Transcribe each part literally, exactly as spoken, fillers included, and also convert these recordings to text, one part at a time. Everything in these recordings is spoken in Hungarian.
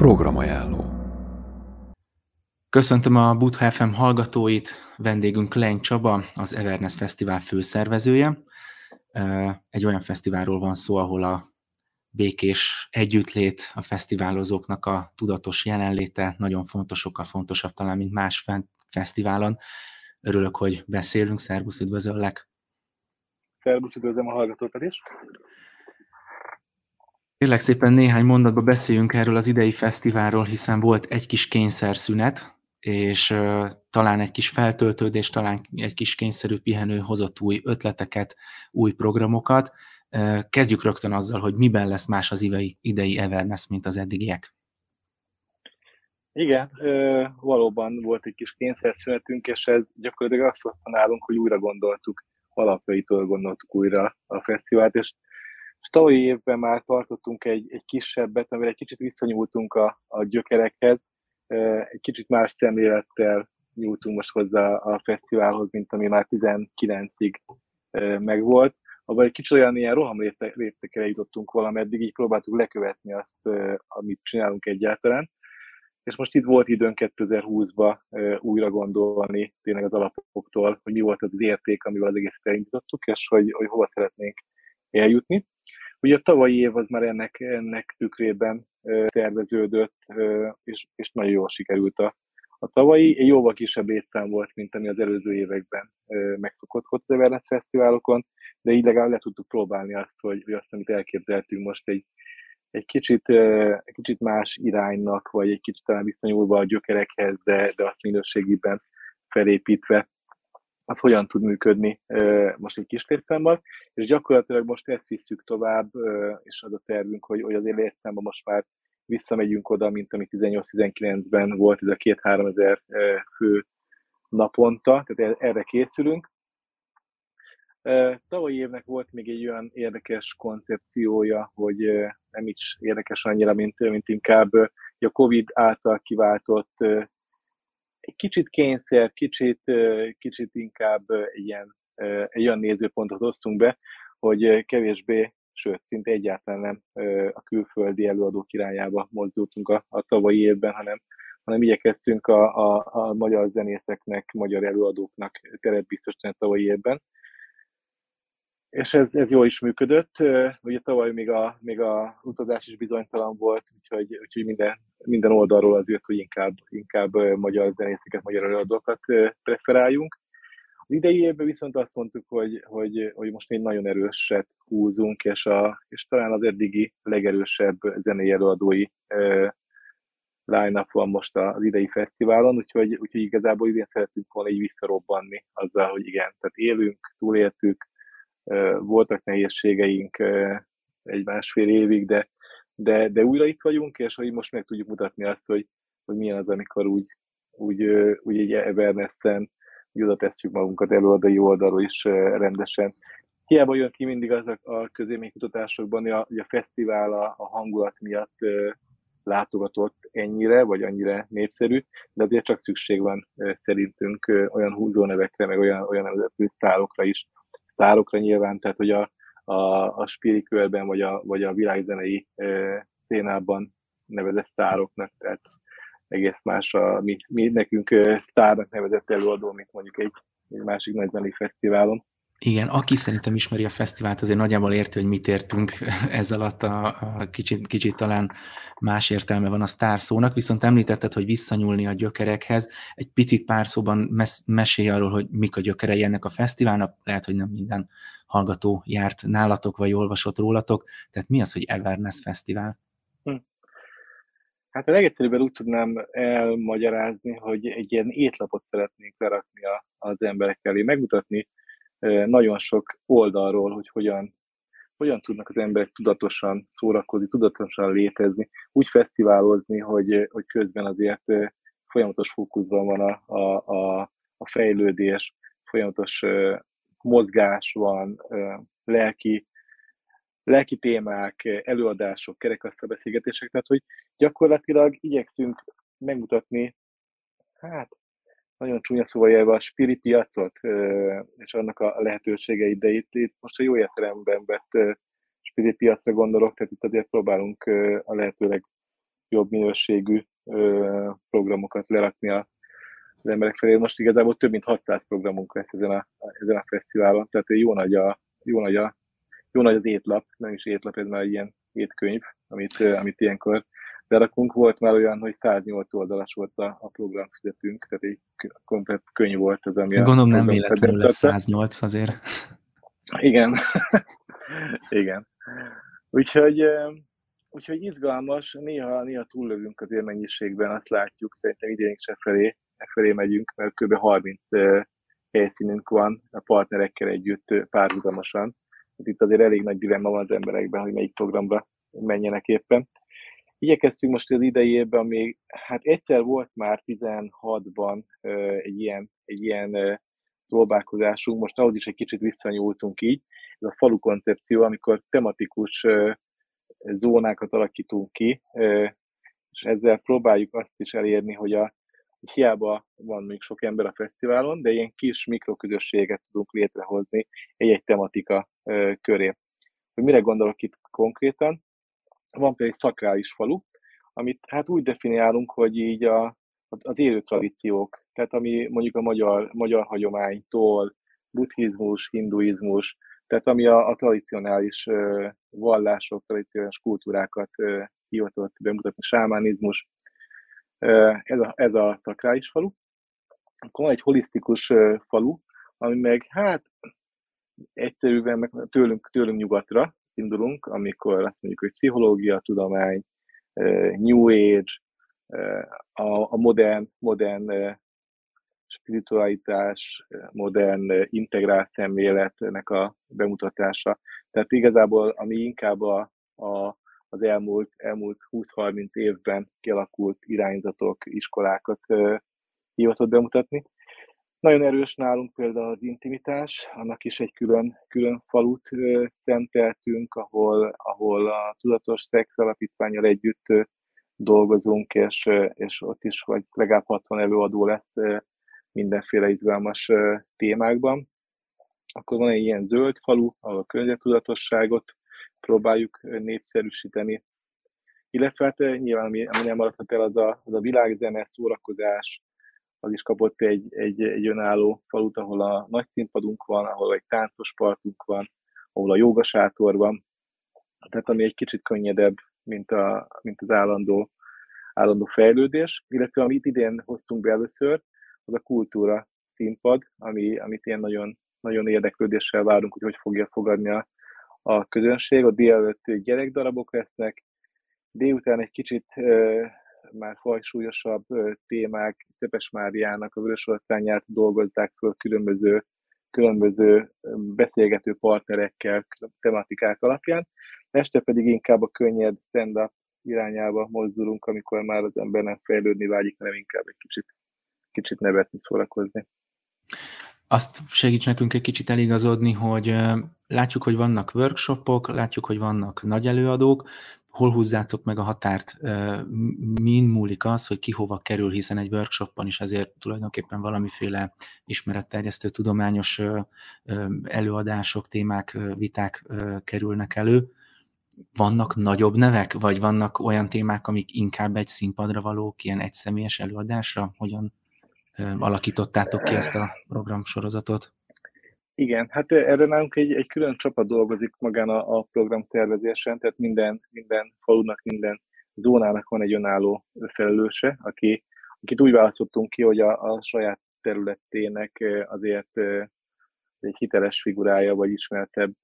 Programajánló. Köszöntöm a Butha ef em hallgatóit, vendégünk Leny Csaba, az Everness Fesztivál főszervezője. Egy olyan fesztiválról van szó, ahol a békés együttlét, a fesztiválozóknak a tudatos jelenléte nagyon fontos, sokkal fontosabb talán, mint más fesztiválon. Örülök, hogy beszélünk. Szervusz, üdvözöllek! Szervusz, üdvözlöm a hallgatókat is! Kérlek szépen néhány mondatban beszéljünk erről az idei fesztiválról, hiszen volt egy kis kényszerszünet, és uh, talán egy kis feltöltődés, talán egy kis kényszerű pihenő hozott új ötleteket, új programokat. Uh, kezdjük rögtön azzal, hogy miben lesz más az idei, idei Everness, mint az eddigiek. Igen, ö, valóban volt egy kis kényszerszünetünk, és ez gyakorlatilag azt hozta nálunk, hogy újra gondoltuk, alapjaitól gondoltuk újra a fesztivált, és, és tavalyi évben már tartottunk egy, egy kisebbet, amivel egy kicsit visszanyúltunk a, a gyökerekhez, egy kicsit más szemlélettel nyújtunk most hozzá a fesztiválhoz, mint ami már tizenkilencig megvolt. Abban egy kicsit olyan ilyen rohamléptekre jutottunk valameddig, így próbáltuk lekövetni azt, amit csinálunk egyáltalán. És most itt volt időn kétezer-húszban újra gondolni tényleg az alapoktól, hogy mi volt az az érték, amivel az egészet elindítottuk, és hogy, hogy hova szeretnénk eljutni. Ugye a tavalyi év az már ennek, ennek tükrében szerveződött, és, és nagyon jól sikerült a, a tavalyi. Egy jóval kisebb létszám volt, mint ami az előző években megszokott volt az Everness fesztiválokon, de így legalább le tudtuk próbálni azt, hogy, hogy azt, amit elképzeltünk most egy, egy kicsit, egy kicsit más iránynak, vagy egy kicsit talán visszanyúlva a gyökerekhez, de, de azt minőségében felépítve, az hogyan tud működni most egy kis létszámban, és gyakorlatilag most ezt visszük tovább, és az a tervünk, hogy, hogy azért létszámban most már visszamegyünk oda, mint ami tizennyolc-tizenkilencben volt, ez a két-három ezer fő naponta, tehát erre készülünk. Tavalyi évnek volt még egy olyan érdekes koncepciója, hogy nem is érdekes annyira, mint, mint inkább a Covid által kiváltott egy kicsit kényszer, kicsit, kicsit inkább egy ilyen, egy olyan nézőpontot hoztunk be, hogy kevésbé, sőt, szinte egyáltalán nem a külföldi előadók irányába mozdultunk a, a tavalyi évben, hanem, hanem igyekeztünk a, a, a magyar zenészeknek, magyar előadóknak teret biztosítani a tavalyi évben. És ez, ez jól is működött. Ugye tavaly még a, még a utazás is bizonytalan volt, úgyhogy, úgyhogy minden, minden oldalról az jött, hogy inkább, inkább magyar zenészeket, magyar előadókat preferáljunk. Az idei évben viszont azt mondtuk, hogy, hogy, hogy most még nagyon erőset húzunk, és, a, és talán az eddigi legerősebb zenei előadói line-up van most az idei fesztiválon, úgyhogy, úgyhogy igazából idén szeretünk volna így visszarobbanni azzal, hogy igen, tehát élünk, túléltük, voltak nehézségeink egy másfél évig, de, de, de újra itt vagyunk, és hogy most meg tudjuk mutatni azt, hogy, hogy milyen az, amikor úgy, úgy, úgy egy Evernessen oda tesszük magunkat előadói oldalról is rendesen. Hiába jön ki mindig az a, a közélménykutatásokban, hogy a, hogy a fesztivál a, a hangulat miatt látogatott ennyire, vagy annyira népszerű, de azért csak szükség van szerintünk olyan húzónevekre, meg olyan, olyan nevezetű sztárokra is, sztárokra nyilván, tehát hogy a, a, a spiri körben, vagy a, vagy a világzenei e, szénában nevezett sztároknak, tehát egész más a mi, mi nekünk e, sztárnak nevezett előadó, mint mondjuk egy, egy másik nagy zenei fesztiválon. Igen, aki szerintem ismeri a fesztivált, azért nagyjából érti, hogy mit értünk ez alatt, a, a kicsit, kicsit talán más értelme van a sztár szónak, viszont említetted, hogy visszanyúlni a gyökerekhez. Egy picit pár szóban mes- mesélj arról, hogy mik a gyökerei ennek a fesztiválnak, lehet, hogy nem minden hallgató járt nálatok, vagy olvasott rólatok, tehát mi az, hogy Everness Fesztivál? Hm. Hát a legegyszerűbben úgy tudnám elmagyarázni, hogy egy ilyen étlapot szeretnénk lerakni a, az emberek elé, megmutatni nagyon sok oldalról, hogy hogyan, hogyan tudnak az emberek tudatosan szórakozni, tudatosan létezni, úgy fesztiválozni, hogy, hogy közben azért folyamatos fókuszban van a, a, a, a fejlődés, folyamatos mozgás van, lelki, lelki témák, előadások, kerekasztalbeszélgetések, tehát hogy gyakorlatilag igyekszünk megmutatni, hát nagyon csúnya szóval jelve a spiri piacot, és annak a lehetőségeit, de itt, itt most a jó értelemben vett spiri piacra gondolok, tehát itt azért próbálunk a lehetőleg jobb minőségű programokat lerakni az emberek felé. Most igazából több mint hatszáz programunk lesz ezen a, ezen a fesztiválon, tehát jó nagy, a, jó, nagy a, jó nagy az étlap, nem is étlap, ez már egy ilyen étkönyv, amit, amit ilyenkor lerakunk. Volt már olyan, hogy száznyolc oldalas volt a, a programfüzetünk, tehát egy komplet könyv volt az, ami a Gondolom nem véletlenül lesz száznyolc azért. Igen. Igen. Úgyhogy, úgyhogy izgalmas, néha, néha túllövünk az élmennyiségben, azt látjuk, szerintem idén is e felé, e felé megyünk, mert kb. harminc helyszínünk van a partnerekkel együtt párhuzamosan. Itt azért elég nagy dilemma van az emberekben, hogy melyik programba menjenek éppen. Igyekeztünk most az idei évben még, hát egyszer volt már tizenhatban egy ilyen, egy ilyen próbálkozásunk, most ahhoz is egy kicsit visszanyúltunk így. Ez a falu koncepció, amikor tematikus zónákat alakítunk ki, és ezzel próbáljuk azt is elérni, hogy a, hiába van még sok ember a fesztiválon, de ilyen kis mikroközösséget tudunk létrehozni egy-egy tematika köré. Hogy mire gondolok itt konkrétan? Van például egy szakrális falu, amit hát úgy definiálunk, hogy így a, az élő tradíciók, tehát ami mondjuk a magyar, magyar hagyománytól, buddhizmus, hinduizmus, tehát ami a, a tradicionális uh, vallások, tradicionális kultúrákat uh, hivatott bemutatni, sámánizmus, uh, ez, a, ez a szakrális falu. Akkor van egy holisztikus uh, falu, ami meg hát egyszerűen meg tőlünk, tőlünk nyugatra indulunk, amikor azt mondjuk, hogy pszichológia, tudomány, uh, New Age, uh, a, a modern, modern uh, spiritualitás, modern integrál szemléletnek a bemutatása. Tehát igazából, ami inkább a, a, az elmúlt, elmúlt húsz-harminc évben kialakult irányzatok, iskolákat uh, hivatott bemutatni. Nagyon erős nálunk például az intimitás, annak is egy külön, külön falut uh, szenteltünk, ahol, ahol a Tudatos Szex Alapítvánnyal együtt uh, dolgozunk, és, uh, és ott is vagy legalább hatvan előadó lesz uh, mindenféle izgalmas uh, témákban. Akkor van egy ilyen zöld falu, ahol a környezettudatosságot próbáljuk uh, népszerűsíteni. Illetve hát uh, nyilván, ami, ami nem maradhat el, az a, az a világzene, szórakozás, az is kapott egy, egy, egy önálló falut, ahol a nagy színpadunk van, ahol egy táncos partunk van, ahol a jógasátor van. Tehát ami egy kicsit könnyedebb, mint, a, mint az állandó, állandó fejlődés. Illetve amit idén hoztunk be először, az a kultúra színpad, ami, amit ilyen nagyon, nagyon érdeklődéssel várunk, hogy hogy fogja fogadni a, a közönség. A délelőtt gyerekdarabok lesznek, délután egy kicsit uh, már fajsúlyosabb uh, témák, Szepesmáriának a Vörösoroszlányát dolgozzák föl különböző, különböző beszélgető partnerekkel, tematikák alapján. Este pedig inkább a könnyed stand-up irányába mozdulunk, amikor már az ember nem fejlődni vágyik, hanem inkább egy kicsit kicsit nevetni, szórakozni. Azt segíts nekünk egy kicsit eligazodni, hogy látjuk, hogy vannak workshopok, látjuk, hogy vannak nagy előadók, hol húzzátok meg a határt, min múlik az, hogy ki hova kerül, hiszen egy workshopon is azért tulajdonképpen valamiféle ismeretterjesztő tudományos előadások, témák, viták kerülnek elő. Vannak nagyobb nevek, vagy vannak olyan témák, amik inkább egy színpadra valók, ilyen egyszemélyes előadásra? Hogyan alakítottátok ki ezt a programsorozatot? Igen, hát erre nálunk egy, egy külön csapat dolgozik magán a, a program szervezésen, tehát minden, minden falunak, minden zónának van egy önálló felelőse, aki, akit úgy választottunk ki, hogy a, a saját területének azért egy hiteles figurája, vagy ismertebb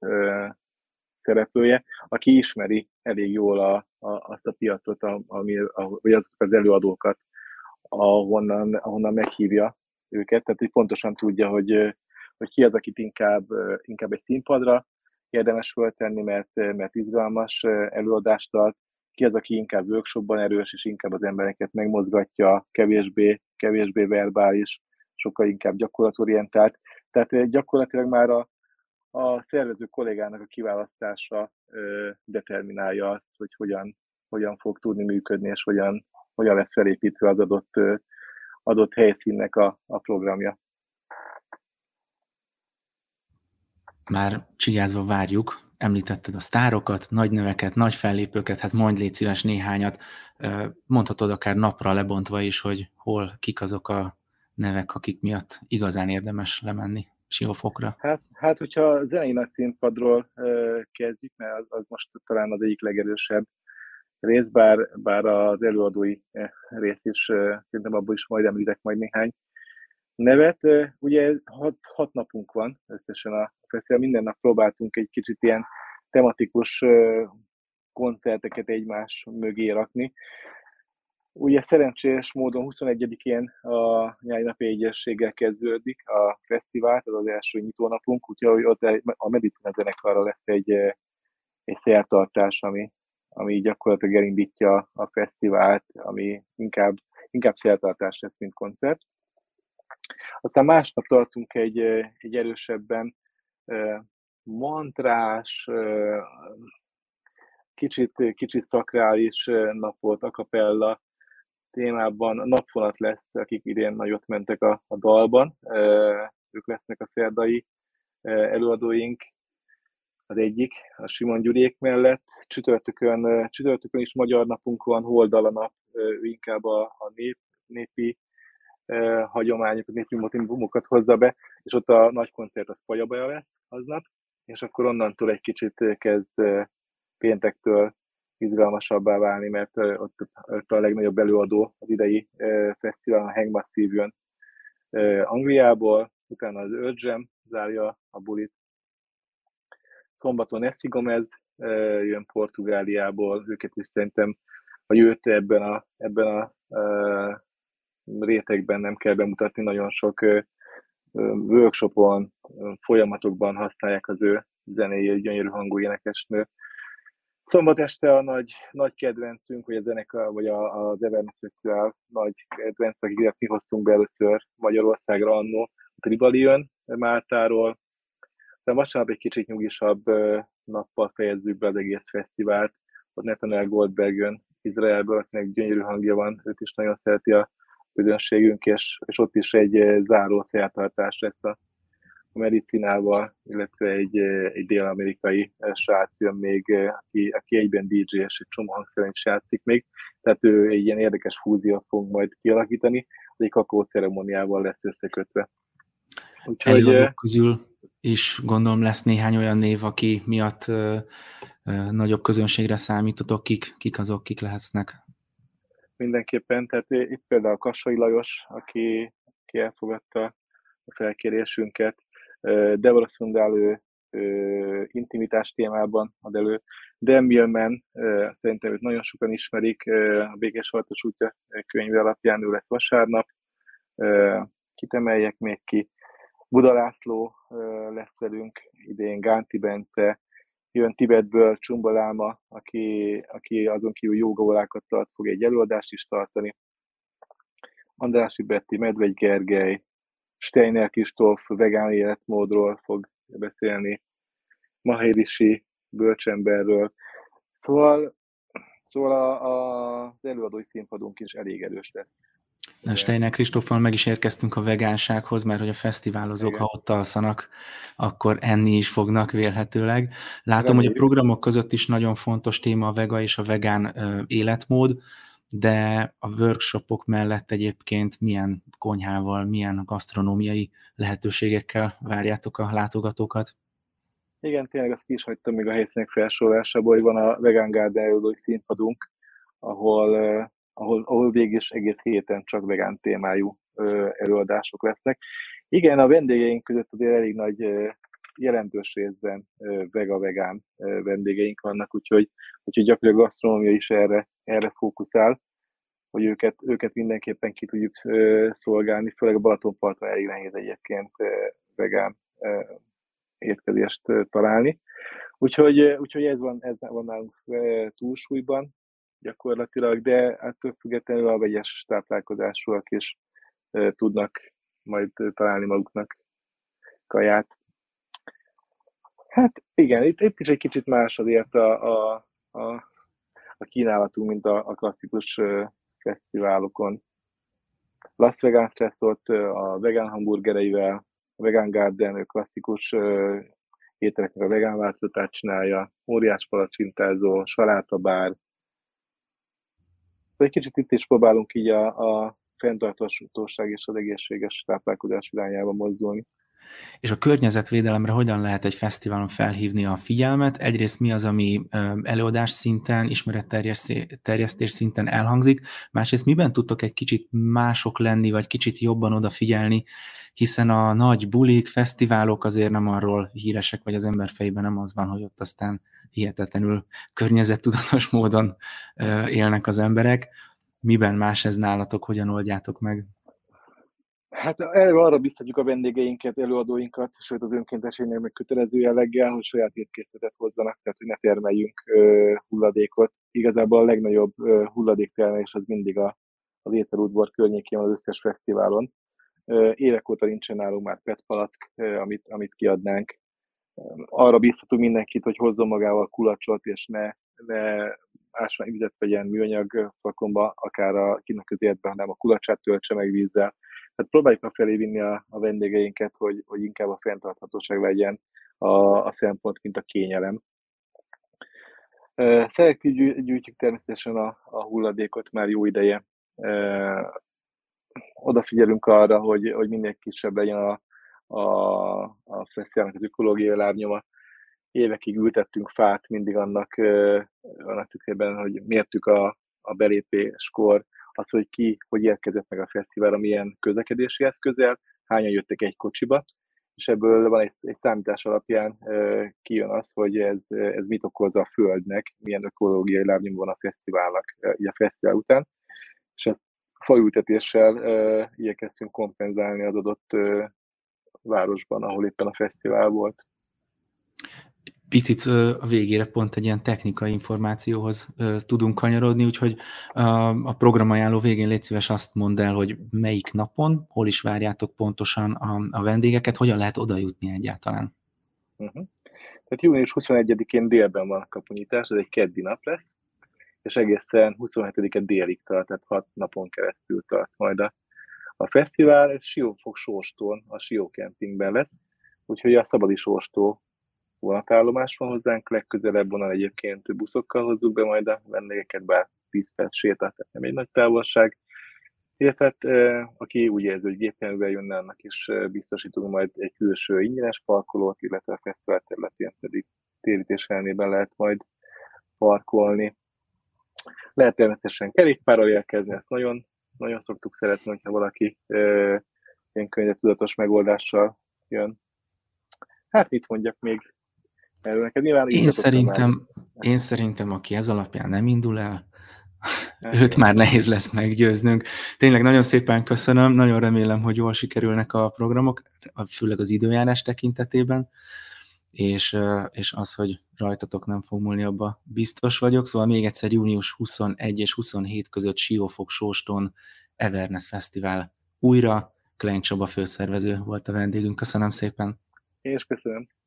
szereplője, aki ismeri elég jól a, a, azt a piacot, ami, a, vagy azok az előadókat, ahonnan, ahonnan meghívja őket, tehát hogy pontosan tudja, hogy, hogy ki az, akit inkább, inkább egy színpadra érdemes föltenni, mert, mert izgalmas előadást tart, ki az, aki inkább workshopban erős, és inkább az embereket megmozgatja, kevésbé, kevésbé verbális, sokkal inkább gyakorlatorientált. Tehát gyakorlatilag már a, a szervező kollégának a kiválasztása ö, determinálja azt, hogy hogyan, hogyan fog tudni működni, és hogyan, hogyan lesz felépítve az adott, ö, adott helyszínnek a, a programja. Már csigázva várjuk említetted a sztárokat, nagy neveket, nagy fellépőket, hát mondj légy szíves néhányat, mondhatod akár napra lebontva is, hogy hol, kik azok a nevek, akik miatt igazán érdemes lemenni Siófokra. Hát, hát hogyha a zenei nagy színpadról uh, kezdjük, mert az, az most talán az egyik legerősebb rész, bár, bár az előadói rész is, uh, szerintem abból is majd említek majd néhány nevet. Uh, ugye hat, hat napunk van összesen a fesztivál, minden nap próbáltunk egy kicsit ilyen tematikus uh, koncerteket egymás mögé rakni. Ugye szerencsés módon huszonegyedikén a nyári napi egyességgel kezdődik a fesztivál, ez az első nyitónapunk, úgyhogy ott a Medicina zenekarra lesz egy, egy szertartás, ami, ami gyakorlatilag elindítja a fesztivált, ami inkább, inkább szertartás lesz, mint koncert. Aztán másnap tartunk egy, egy erősebben mantrás, kicsit, kicsit szakrális napot, a cappella témában. A Napfonat lesz, akik idén nagyot mentek a, a dalban. Ők lesznek a szerdai előadóink. Az egyik, a Simon Gyuriék mellett. Csütörtökön, csütörtökön is magyar napunk van, Holdala nap, ő inkább a, a nép, népi hagyományokat, népi motivumokat hozza be, és ott a nagy koncert az Pajabaja lesz aznap, és akkor onnantól egy kicsit kezd péntektől izgalmasabbá válni, mert ott, ott a legnagyobb előadó az idei fesztiválon, a Hang Massive jön Angliából, utána az Earth Jam zárja a bulit. Szombaton Essi Gomez jön Portugáliából, őket is szerintem, hogy őt ebben a, ebben a rétegben nem kell bemutatni, nagyon sok workshopon, folyamatokban használják az ő zenéjét, gyönyörű hangú énekesnő. Szombat este a nagy, nagy kedvencünk, vagy a zenekar, vagy a, az Everness Fesztivál nagy kedvenc, akiket mi hoztunk be először Magyarországra annó, a Tribali jön Máltáról. De vasárnap egy kicsit nyugisabb nappal fejezzük be az egész fesztivált. Ott Nathaniel Goldberg jön Izraelből, akinek gyönyörű hangja van, őt is nagyon szereti a közönségünk, és, és ott is egy záró szertartás lesz a a Medicinával, illetve egy, egy dél-amerikai srác jön még, aki, aki egyben dé dzsé és egy csomó hangszeren is játszik még, tehát ő egy ilyen érdekes fúziót fog majd kialakítani, az egy kakaó ceremóniával lesz összekötve. Úgyhogy előadók közül is gondolom lesz néhány olyan név, aki miatt ö, ö, nagyobb közönségre számítotok, kik, kik azok, kik lehetnek? Mindenképpen, tehát itt például Kassai Lajos, aki, aki elfogadta a felkérésünket, Deborah Sundal, ő intimitás témában ad elő. Dan Millman, szerintem őt nagyon sokan ismerik, a Békés Harcos útja könyve alapján, ő lesz vasárnap. Kit emeljek még ki? Buda László lesz velünk idén, Gánti Bence, jön Tibetből Csumba Láma, aki, aki azon kívül jógaórákat tart, fog egy előadást is tartani. Andrássy Betty, Medvegy Gergely, Steiner Kristóf vegán életmódról fog beszélni, Mahé Rishi bölcsemberről. Szóval, szóval a, a, az előadói színpadunk is elég erős lesz. Steiner Kristóffal meg is érkeztünk a vegánsághoz, mert hogy a fesztiválozók, igen, ha ott alszanak, akkor enni is fognak vélhetőleg. Látom, reméljük, hogy a programok között is nagyon fontos téma a vega és a vegán ö, életmód, de a workshopok mellett egyébként milyen konyhával, milyen gasztronómiai lehetőségekkel várjátok a látogatókat? Igen, tényleg azt ki is hagytam még a helyszínek felsorolásából, hogy van a Vegan Garden előadói színpadunk, ahol, eh, ahol, ahol végig is egész héten csak vegán témájú eh, előadások lesznek. Igen, a vendégeink között azért elég nagy eh, jelentős részben eh, vega-vegán eh, vendégeink vannak, úgyhogy, úgyhogy gyakorlatilag a gasztronómia is erre, erre fókuszál, hogy őket, őket mindenképpen ki tudjuk eh, szolgálni, főleg a Balatonparton elég nehéz egyébként eh, vegán eh, étkezést találni. Úgyhogy, úgyhogy ez van, ez van nálunk túlsúlyban gyakorlatilag, de ettől függetlenül a vegyes táplálkozásúak is tudnak majd találni maguknak kaját. Hát igen, itt, itt is egy kicsit más azért a, a, a, a kínálatunk, mint a, a klasszikus fesztiválokon. Las Vegas lesz ott a vegán hamburgereivel, a Vegan Garden klasszikus ételeknek a vegán változatát csinálja, óriás palacsintázó, salátabár. Egy kicsit itt is próbálunk így a, a fenntarthatóság és az egészséges táplálkozás irányába mozdulni. És a környezetvédelemre hogyan lehet egy fesztiválon felhívni a figyelmet? Egyrészt mi az, ami előadás szinten, ismeretterjesztés szinten elhangzik, másrészt miben tudtok egy kicsit mások lenni, vagy kicsit jobban odafigyelni, hiszen a nagy bulik, fesztiválok azért nem arról híresek, vagy az ember fejében nem az van, hogy ott aztán hihetetlenül környezettudatos módon élnek az emberek. Miben más ez nálatok, hogyan oldjátok meg? Hát eleve arra biztatjuk a vendégeinket, előadóinkat, sőt az önkénteségnél meg kötelező jelleggel, hogy saját étkészletet hozzanak, tehát hogy ne termeljünk ö, hulladékot. Igazából a legnagyobb ö, hulladéktermelés az mindig a, az ételudvar környékén az összes fesztiválon. Ö, évek óta nincsen nálunk már pé é té palack, ö, amit, amit kiadnánk. Arra biztatunk mindenkit, hogy hozzon magával kulacsot, és ne, ne ásványvizet vegyen műanyag flakonba, akár a kint a közértben, hanem a kulacsát töltse meg vízzel. Tehát próbáljuk meg felé vinni a, a vendégeinket, hogy, hogy inkább a fenntarthatóság legyen a, a szempont, mint a kényelem. Szelektív gyűjtjük természetesen a, a hulladékot már jó ideje. Odafigyelünk arra, hogy, hogy minél kisebb legyen a, a, a fesztiválnak az ökológiai lábnyoma. Évekig ültettünk fát mindig annak, annak tükrében, hogy mértük a, a belépéskor, az, hogy ki, hogy érkezett meg a fesztiválra, milyen közlekedési eszközzel, hányan jöttek egy kocsiba, és ebből van egy, egy számítás alapján e, kijön az, hogy ez, ez mit okoz a Földnek, milyen ökológiai lábnyom van a fesztiválnak, e, így a fesztivál után, és ezt faültetéssel e, igyekeztünk kompenzálni az adott e, városban, ahol éppen a fesztivál volt. Picit a végére pont egy ilyen technikai információhoz tudunk kanyarodni, úgyhogy a programajánló végén légy szíves azt mondd el, hogy melyik napon, hol is várjátok pontosan a, a vendégeket, hogyan lehet oda jutni egyáltalán. Uh-huh. Tehát június huszonegyedikén délben van a kapunyítás, ez egy keddi nap lesz, és egészen huszonhetedike délig tart, tehát hat napon keresztül tart majd a, a fesztivál. Ez Siófok Sóstón, a Sió Campingben lesz, úgyhogy a Szabadi Sóstó vonatállomás van hozzánk, legközelebb vonal egyébként buszokkal hozzuk be majd a vendégeket, bár tíz perc sétál, tehát nem egy nagy távolság. Illetve hát, aki úgy érzi, hogy gépjárművel jönne, annak is biztosítunk majd egy külső ingyenes parkolót, illetve a fesztivál területén pedig térítés ellenében lehet majd parkolni. Lehet természetesen kerékpárral érkezni, ezt nagyon, nagyon szoktuk szeretni, hogyha valaki ilyen környezettudatos megoldással jön. Hát mit mondjak még? Neked én, szerintem, én szerintem, aki ez alapján nem indul el, őt már nehéz lesz meggyőznünk. Tényleg nagyon szépen köszönöm, nagyon remélem, hogy jól sikerülnek a programok, főleg az időjárás tekintetében, és, és az, hogy rajtatok nem fog múlni, abba biztos vagyok. Szóval még egyszer június huszonegyedike és huszonhetedike között Siófok Sóston Everness Fesztivál újra. Klein Csaba főszervező volt a vendégünk. Köszönöm szépen. Én is köszönöm.